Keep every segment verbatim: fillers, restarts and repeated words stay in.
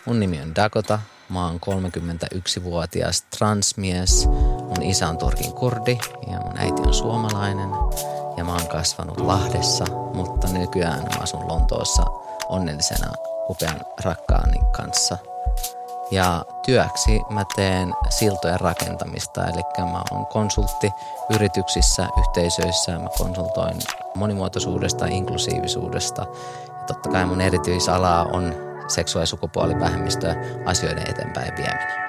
Mun nimi on Dakota. Mä oon kolmekymmentäyksivuotias transmies. Mun isä on turkin kurdi ja mun äiti on suomalainen. Ja mä oon kasvanut Lahdessa, mutta nykyään mä asun Lontoossa onnellisena upean rakkaani kanssa. Ja työksi mä teen siltojen rakentamista, eli mä oon konsultti yrityksissä, yhteisöissä. Mä konsultoin monimuotoisuudesta, inklusiivisuudesta. Ja totta kai mun erityisala on seksuaali- ja sukupuolivähemmistöä asioiden eteenpäin vieminen.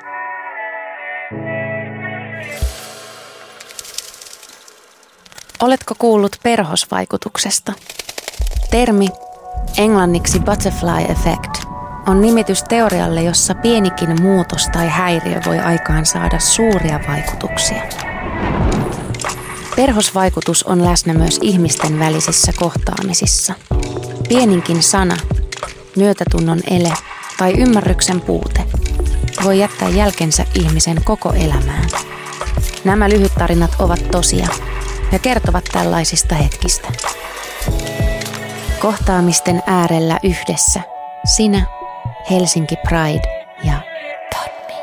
Oletko kuullut perhosvaikutuksesta? Termi, englanniksi butterfly effect, on nimitys teorialle, jossa pienikin muutos tai häiriö voi aikaan saada suuria vaikutuksia. Perhosvaikutus on läsnä myös ihmisten välisissä kohtaamisissa. Pieninkin sana, myötätunnon ele tai ymmärryksen puute voi jättää jälkensä ihmisen koko elämään. Nämä lyhyttarinat ovat tosia ja kertovat tällaisista hetkistä. Kohtaamisten äärellä yhdessä sinä, Helsinki Pride ja Tonni.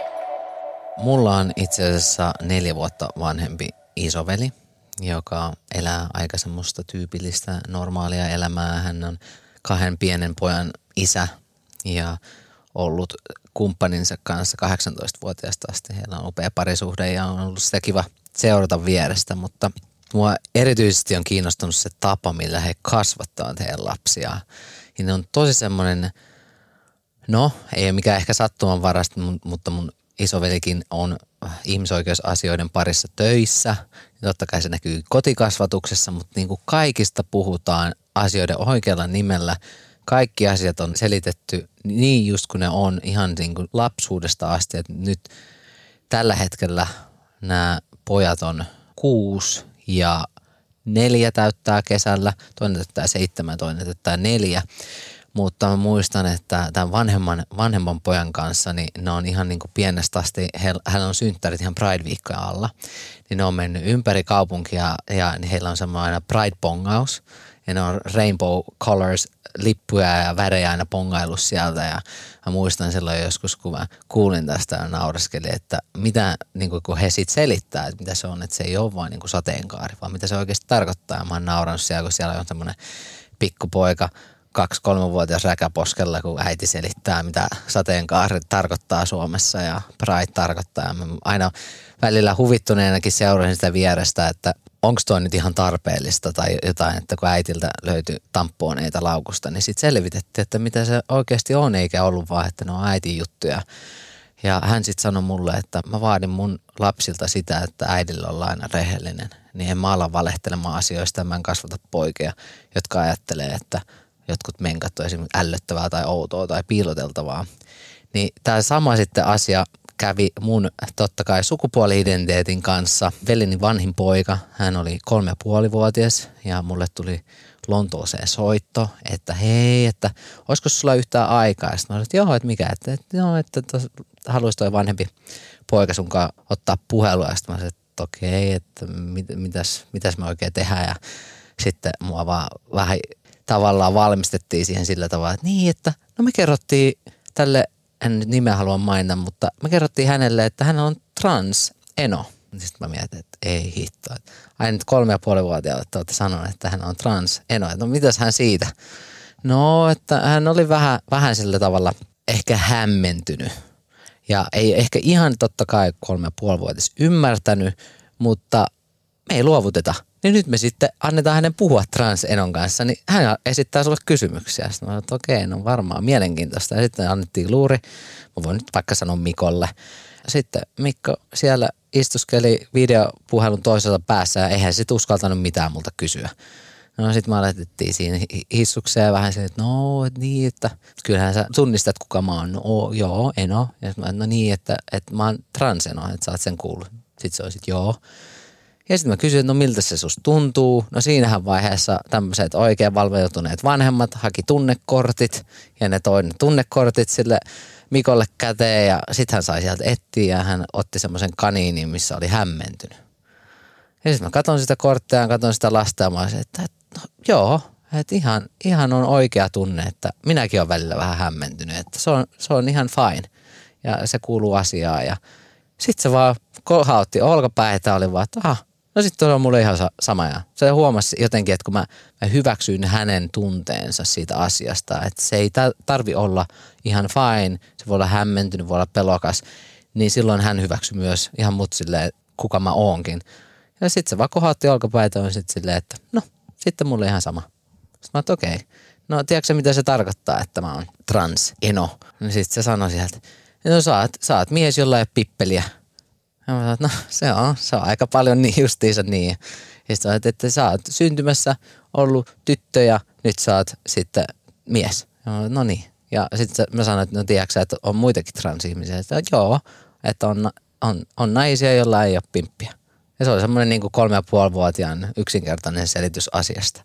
Mulla on itse asiassa neljä vuotta vanhempi isoveli, joka elää aika semmoista tyypillistä normaalia elämää. Hän on kahden pienen pojan isä ja ollut kumppaninsa kanssa kahdeksantoistavuotiaasta asti. Heillä on upea parisuhde ja on ollut sitä kiva seurata vierestä, mutta mua erityisesti on kiinnostunut se tapa, millä he kasvattavat heidän lapsiaan. Ja ne on tosi semmoinen, no ei ole mikään ehkä sattumanvarasta, mutta mun isovelikin on ihmisoikeusasioiden parissa töissä. Ja totta kai se näkyy kotikasvatuksessa, mutta niin kuin kaikista puhutaan asioiden oikealla nimellä. Kaikki asiat on selitetty niin just kun ne on ihan niin kuin lapsuudesta asti. Että nyt tällä hetkellä nämä pojat on kuusi ja neljä täyttää kesällä. Toinen täyttää seitsemän, toinen täyttää neljä. Mutta mä muistan, että tämän vanhemman, vanhemman pojan kanssa, niin ne on ihan niin kuin pienestä asti, heillä on synttärit ihan Pride-viikkoja alla. Niin ne on mennyt ympäri kaupunkia ja heillä on semmoinen Pride-pongaus. Ja ne on rainbow colors lippuja ja värejä aina pongaillut sieltä. Ja mä muistan silloin joskus, kun mä kuulin tästä ja naureskelin, että mitä, niin kuin kun he sitten selittää, että mitä se on, että se ei ole vain niin kuin sateenkaari, vaan mitä se oikeasti tarkoittaa. Ja mä oon naurannut siellä, kun siellä on semmoinen pikkupoika, kaksi-kolmevuotias räkäposkella, kun äiti selittää, mitä sateenkaari tarkoittaa Suomessa ja Pride tarkoittaa. Ja mä aina välillä huvittuneenakin seurasin sitä vierestä, että onko tuo nyt ihan tarpeellista tai jotain, että kun äitiltä löytyi tampooneita laukusta, niin sitten selvitettiin, että mitä se oikeasti on, eikä ollut vaan, että ne on äitin juttuja. Ja hän sitten sanoi mulle, että mä vaadin mun lapsilta sitä, että äidillä on aina rehellinen. Niin en mä ala valehtelemaan asioista ja mä en kasvata poikia, jotka ajattelee, että jotkut menkat on esimerkiksi ällöttävää tai outoa tai piiloteltavaa. Niin tämä sama sitten asia kävi mun totta kai sukupuoli-identiteetin kanssa. Velini vanhin poika, hän oli kolme ja puolivuotias ja mulle tuli Lontooseen soitto, että hei, että olisiko sulla yhtään aikaa? Sitten mä olin, että joo, että mikä, että, että joo, että haluaisi toi vanhempi poika sunkaan ottaa puhelua. Ja sitten mä olin, että okei, että mit, mitäs, mitäs me oikein tehdään ja sitten mua vaan vähän tavallaan valmistettiin siihen sillä tavalla, että niin, että no me kerrottiin tälle, en nyt nimeä halua mainita, mutta me kerrottiin hänelle, että hän on trans-eno. Sitten mä mietin, että ei hitto. Aina nyt kolme ja puoli vuotiaalle te olette sanoneet, että hän on trans-eno. No mitäs hän siitä? No, että hän oli vähän, vähän sillä tavalla ehkä hämmentynyt. Ja ei ehkä ihan totta kai kolme ja puoli vuotias ymmärtänyt, mutta me ei luovuteta. Niin nyt me sitten annetaan hänen puhua trans-enon kanssa, niin hän esittää sulle kysymyksiä. Sitten mä sanoin, että okei, no varmaan mielenkiintoista. Ja sitten annettiin luuri, mä voin nyt vaikka sanoa Mikolle. Sitten Mikko siellä istuskeli videopuhelun toisella päässä ja eihän sit uskaltanut mitään multa kysyä. No sit mä laitettiin siinä hissukseen vähän se, että no et niin, että kyllähän sä tunnistat kuka mä oon. No joo, eno. Ja sit mä no niin, että, että mä oon transeno, että sä oot sen kuullut. Sitten se on sit joo. Ja sitten mä kysyin, että no miltä se susta tuntuu. No siinähän vaiheessa tämmöiset oikein valveutuneet vanhemmat haki tunnekortit ja ne toi ne tunnekortit sille Mikolle käteen ja sitten hän sai sieltä etsiä ja hän otti semmoisen kaniinin, missä oli hämmentynyt. Ja sitten mä katson sitä korttia ja katson sitä lasta ja mä olisin, että no, joo, Että ihan, ihan on oikea tunne, että minäkin olen välillä vähän hämmentynyt, että se on, se on ihan fine ja se kuuluu asiaan. Ja sitten se vaan kohautti olkapäitä, oli vaan, että aha, no sitten on mulle ihan sama. Ja se huomasi jotenkin, että kun mä, mä hyväksyin hänen tunteensa siitä asiasta, että se ei tarvi olla ihan fine, se voi olla hämmentynyt, voi olla pelokas, niin silloin hän hyväksyi myös ihan mut silleen, kuka mä oonkin. Ja sitten se vaan kohautti olkapäitä ja on sitten silleen, että no, sitten mulle ihan sama. Sitten mä oon, okei, okay. No tiedätkö mitä se tarkoittaa, että mä oon trans-eno? Niin sitten se sanoi sieltä, että no sä oot, sä oot mies, jolla ei ole pippeliä. Ja mä sanoin, että no se on, se on aika paljon niin justiinsa niin. Ja sitten sanoin, että sä oot syntymässä ollut tyttö ja nyt sä oot sitten mies. Ja mä sanoin, no niin. Ja sitten mä sanoin, että no tiedätkö että on muitakin transihmisiä. Ja sitten joo, että on, on, on naisia, joilla ei ole pimppiä. Ja se oli semmoinen niin kuin kolme ja puoli vuotiaan yksinkertainen selitys asiasta.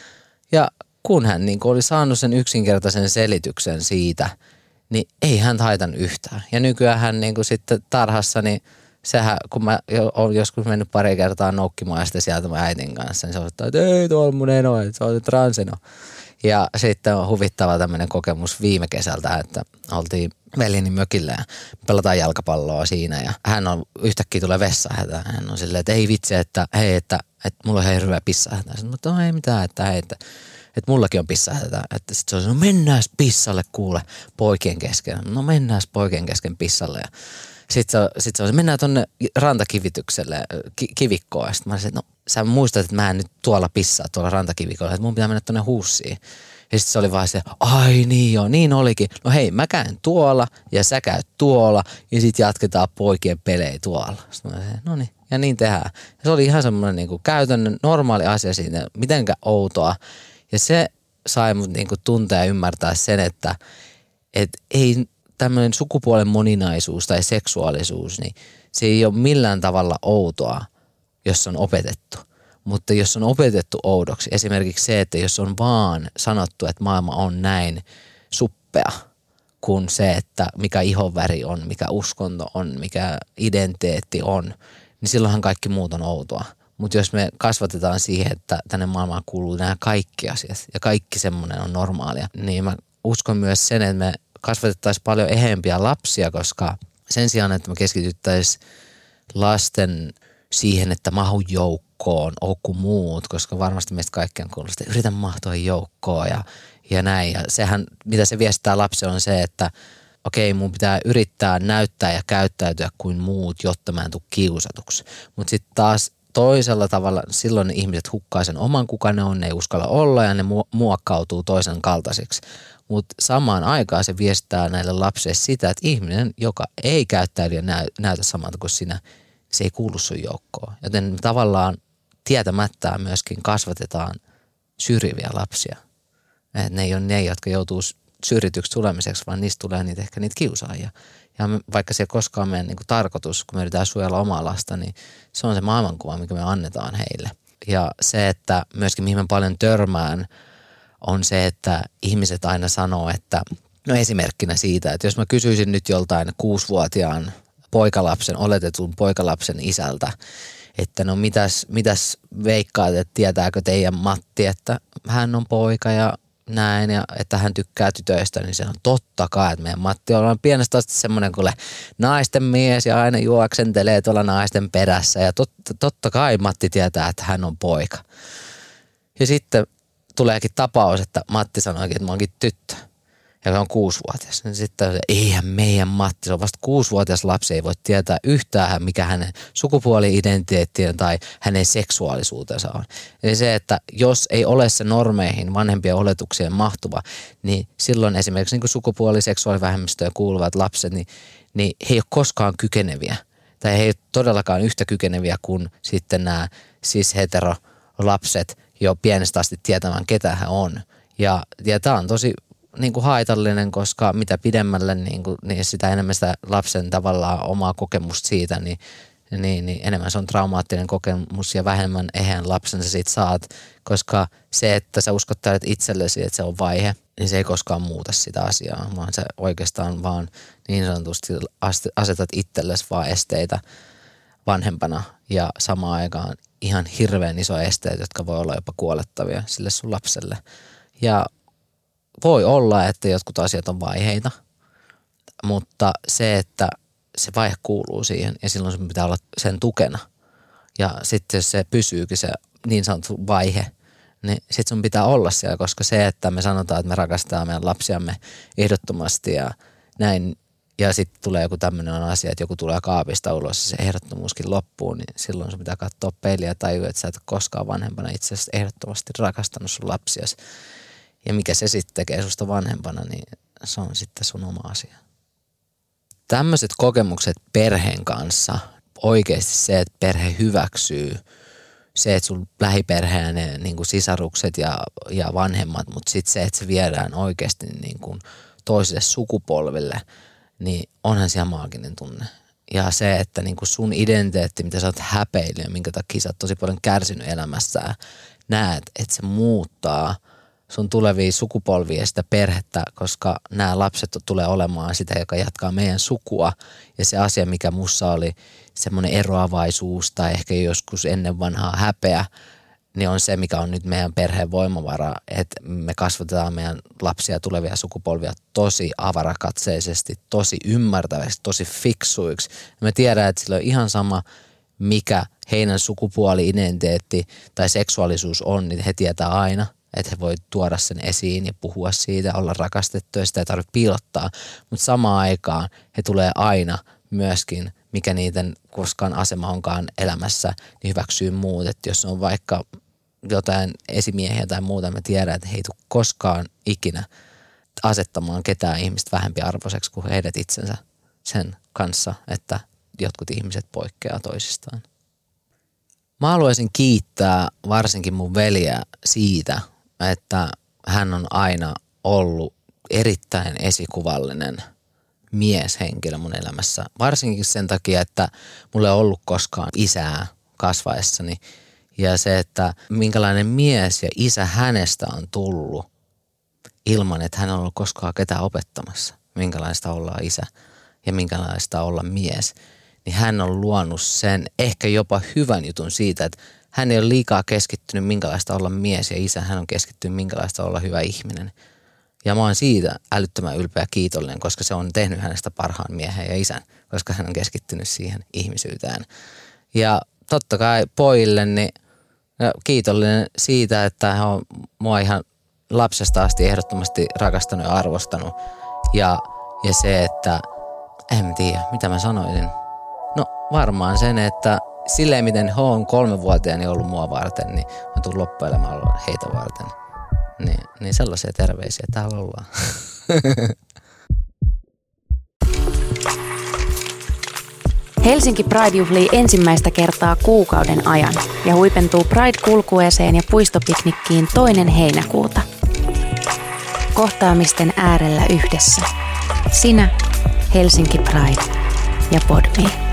Ja kun hän niin kuin oli saanut sen yksinkertaisen selityksen siitä, niin ei hän haitannut yhtään. Ja nykyään hän niin kuin sitten tarhassa, niin sehän, kun mä olen joskus mennyt pari kertaa noukkimaan ja sitten sieltä mun äitin kanssa, niin se on, että ei tuolla mun eno, että se on transeno. Ja sitten on huvittava tämmöinen kokemus viime kesältä, että oltiin veljeni mökillä ja pelataan jalkapalloa siinä ja hän on yhtäkkiä tulee vessahätä. Hän on silleen, että ei vitsi, että hei, että, että mulla on hirveä pissahätä. Sitten mutta no ei mitään, että hei, että, että mullakin on pissahätä. Että sitten se on, no mennääs pissalle kuule poikien kesken. No mennääs poikien kesken pissalle ja sitten se, sit se on, mennään tonne rantakivitykselle, ki, kivikkoon. Sitten mä olisin, että no sä muistat, että mä en nyt tuolla pissaa tuolla rantakivikolla, että mun pitää mennä tonne huussiin. Ja sitten se oli vaan se, ai niin joo, niin olikin. No hei, mä käyn tuolla ja sä käyt tuolla ja sitten jatketaan poikien pelejä tuolla. Sitten mä olisin, no niin, ja niin tehdään. Ja se oli ihan semmoinen niin kuin käytännön normaali asia siinä, mitenkä outoa. Ja se sai mut niin kuin tuntea ja ymmärtää sen, että et ei tämmöinen sukupuolen moninaisuus tai seksuaalisuus, niin se ei ole millään tavalla outoa, jos on opetettu. Mutta jos on opetettu oudoksi, esimerkiksi se, että jos on vaan sanottu, että maailma on näin suppea kuin se, että mikä ihonväri on, mikä uskonto on, mikä identiteetti on, niin silloinhan kaikki muut on outoa. Mutta jos me kasvatetaan siihen, että tänne maailmaan kuuluu nämä kaikki asiat ja kaikki semmoinen on normaalia, niin mä uskon myös sen, että me kasvatettaisiin paljon eheempiä lapsia, koska sen sijaan, että me keskityttäisiin lasten siihen, että mahu joukkoon, oo kuin muut, koska varmasti meistä kaikkien kuulostaa, että yritän mahtua joukkoon ja, ja näin. Ja sehän, mitä se viestää lapsi on se, että okei, mun pitää yrittää näyttää ja käyttäytyä kuin muut, jotta mä en tule kiusatuksi. Mutta sitten taas toisella tavalla silloin ne ihmiset hukkaa sen oman kuka ne on, ne ei uskalla olla ja ne muokkautuu toisen kaltaisiksi. Mutta samaan aikaan se viestää näille lapsille sitä, että ihminen, joka ei käyttäydy ja näytä samalta kuin sinä, se ei kuulu sun joukkoon. Joten tavallaan tietämättä myöskin kasvatetaan syrjiviä lapsia. Et ne ei ole ne, jotka joutuu syrjityksi tulemiseksi, vaan niistä tulee niitä ehkä niitä kiusaajia. Ja me, vaikka se ei koskaan meidän niin kuin tarkoitus, kun me yritetään suojella omaa lasta, niin se on se maailmankuva, mikä me annetaan heille. Ja se, että myöskin mihin mä paljon törmään, on se, että ihmiset aina sanoo, että no esimerkkinä siitä, että jos mä kysyisin nyt joltain kuusivuotiaan poikalapsen, oletetun poikalapsen isältä, että no mitäs, mitäs veikkaat, että tietääkö teidän Matti, että hän on poika ja näin ja että hän tykkää tytöistä, niin se on totta kai, että meidän Matti on pienestä asti semmoinen kuule naisten mies ja aina juoksentelee tuolla naisten perässä ja totta, totta kai Matti tietää, että hän on poika. Ja sitten tuleekin tapaus, että Matti sanoikin, että mä oonkin tyttö. Ja se on kuusivuotias. Niin sitten eihän meidän Matti, se on vasta kuusivuotias lapsi, ei voi tietää yhtään, mikä hänen sukupuoli-identiteettiin tai hänen seksuaalisuutensa on. Eli se, että jos ei ole se normeihin vanhempien oletuksien mahtuva, niin silloin esimerkiksi niin kuin sukupuoli- seksuaalivähemmistöön kuuluvat lapset, niin, niin he ei ole koskaan kykeneviä. Tai he ei ole todellakaan yhtä kykeneviä kuin sitten nämä cis-hetero-lapset jo pienestä asti tietämään, ketä hän on. Ja, ja tämä on tosi niin kuin haitallinen, koska mitä pidemmälle niin kuin, niin sitä enemmän sitä lapsen tavallaan omaa kokemusta siitä, niin, niin, niin enemmän se on traumaattinen kokemus ja vähemmän eheän lapsen sä siitä saat, koska se, että sä uskottelet itsellesi, että se on vaihe, niin se ei koskaan muuta sitä asiaa, vaan sä oikeastaan vaan niin sanotusti asetat itsellesi vaan esteitä vanhempana ja samaan aikaan ihan hirveän iso esteet, jotka voi olla jopa kuolettavia sille sun lapselle. Ja voi olla, että jotkut asiat on vaiheita, mutta se, että se vaihe kuuluu siihen ja silloin sun pitää olla sen tukena. Ja sitten jos se pysyykin se niin sanottu vaihe, niin sit sun pitää olla siellä, koska se, että me sanotaan, että me rakastetaan meidän lapsiamme ehdottomasti ja näin, ja sitten tulee joku tämmöinen asia, että joku tulee kaapista ulos ja se ehdottomuuskin loppuu, niin silloin sun pitää katsoa peiliä ja tajua, että sä et koskaan vanhempana itse asiassa ehdottomasti rakastanut sun lapsiasi. Ja mikä se sitten tekee susta vanhempana, niin se on sitten sun oma asia. Tämmöiset kokemukset perheen kanssa, oikeasti se, että perhe hyväksyy, se, että sun lähiperheen ne niin kuin sisarukset ja, ja vanhemmat, mutta sitten se, että se viedään oikeasti niin kuin toiselle sukupolville, niin onhan siellä maaginen tunne. Ja se, että niin kuin sun identiteetti, mitä sä oot häpeillyt ja minkä takia sä oot tosi paljon kärsinyt elämässä, näet, että se muuttaa sun tulevia sukupolvia ja sitä perhettä, koska nämä lapset tulee olemaan sitä, joka jatkaa meidän sukua. Ja se asia, mikä mussa oli semmoinen eroavaisuus tai ehkä joskus ennen vanhaa häpeä, niin on se, mikä on nyt meidän perheen voimavara, että me kasvatetaan meidän lapsia tulevia sukupolvia tosi avarakatseisesti, tosi ymmärtäväksi, tosi fiksuiksi. Ja me tiedän, että sillä on ihan sama, mikä heidän sukupuoli-identiteetti tai seksuaalisuus on, niin he tietää aina, että he voi tuoda sen esiin ja puhua siitä, olla rakastettuja, sitä ei tarvitse piilottaa, mutta samaan aikaan he tulee aina myöskin, mikä niiden koskaan asema onkaan elämässä, niin hyväksyy muut, että jos on vaikka jotain esimiehiä tai muuta, me tiedän, että he ei tule koskaan ikinä asettamaan ketään ihmistä vähempiarvoiseksi kuin heidät itsensä sen kanssa, että jotkut ihmiset poikkeaa toisistaan. Mä haluaisin kiittää varsinkin mun veliä siitä, että hän on aina ollut erittäin esikuvallinen mieshenkilö mun elämässä. Varsinkin sen takia, että mulla ei ollut koskaan isää kasvaessani. Ja se, että minkälainen mies ja isä hänestä on tullut ilman, että hän on ollut koskaan ketään opettamassa, minkälaista olla isä ja minkälaista olla mies. Niin hän on luonut sen ehkä jopa hyvän jutun siitä, että hän ei ole liikaa keskittynyt minkälaista olla mies ja isä, hän on keskittynyt minkälaista olla hyvä ihminen. Ja mä oon siitä älyttömän ylpeä ja kiitollinen, koska se on tehnyt hänestä parhaan miehen ja isän, koska hän on keskittynyt siihen ihmisyyteen. Ja totta kai pojille niin kiitollinen siitä, että hän on mua ihan lapsesta asti ehdottomasti rakastanut ja arvostanut. Ja, ja se, että en tiedä, mitä mä sanoisin. No varmaan sen, että silleen miten he on kolmevuotiaani ollut mua varten, niin mä tuun loppuelämään olla heitä varten. Niin, niin sellaisia terveisiä täällä ollaan. Helsinki Pride juhlii ensimmäistä kertaa kuukauden ajan ja huipentuu Pride-kulkueeseen ja puistopiknikkiin toinen heinäkuuta. Kohtaamisten äärellä yhdessä. Sinä, Helsinki Pride ja Podme.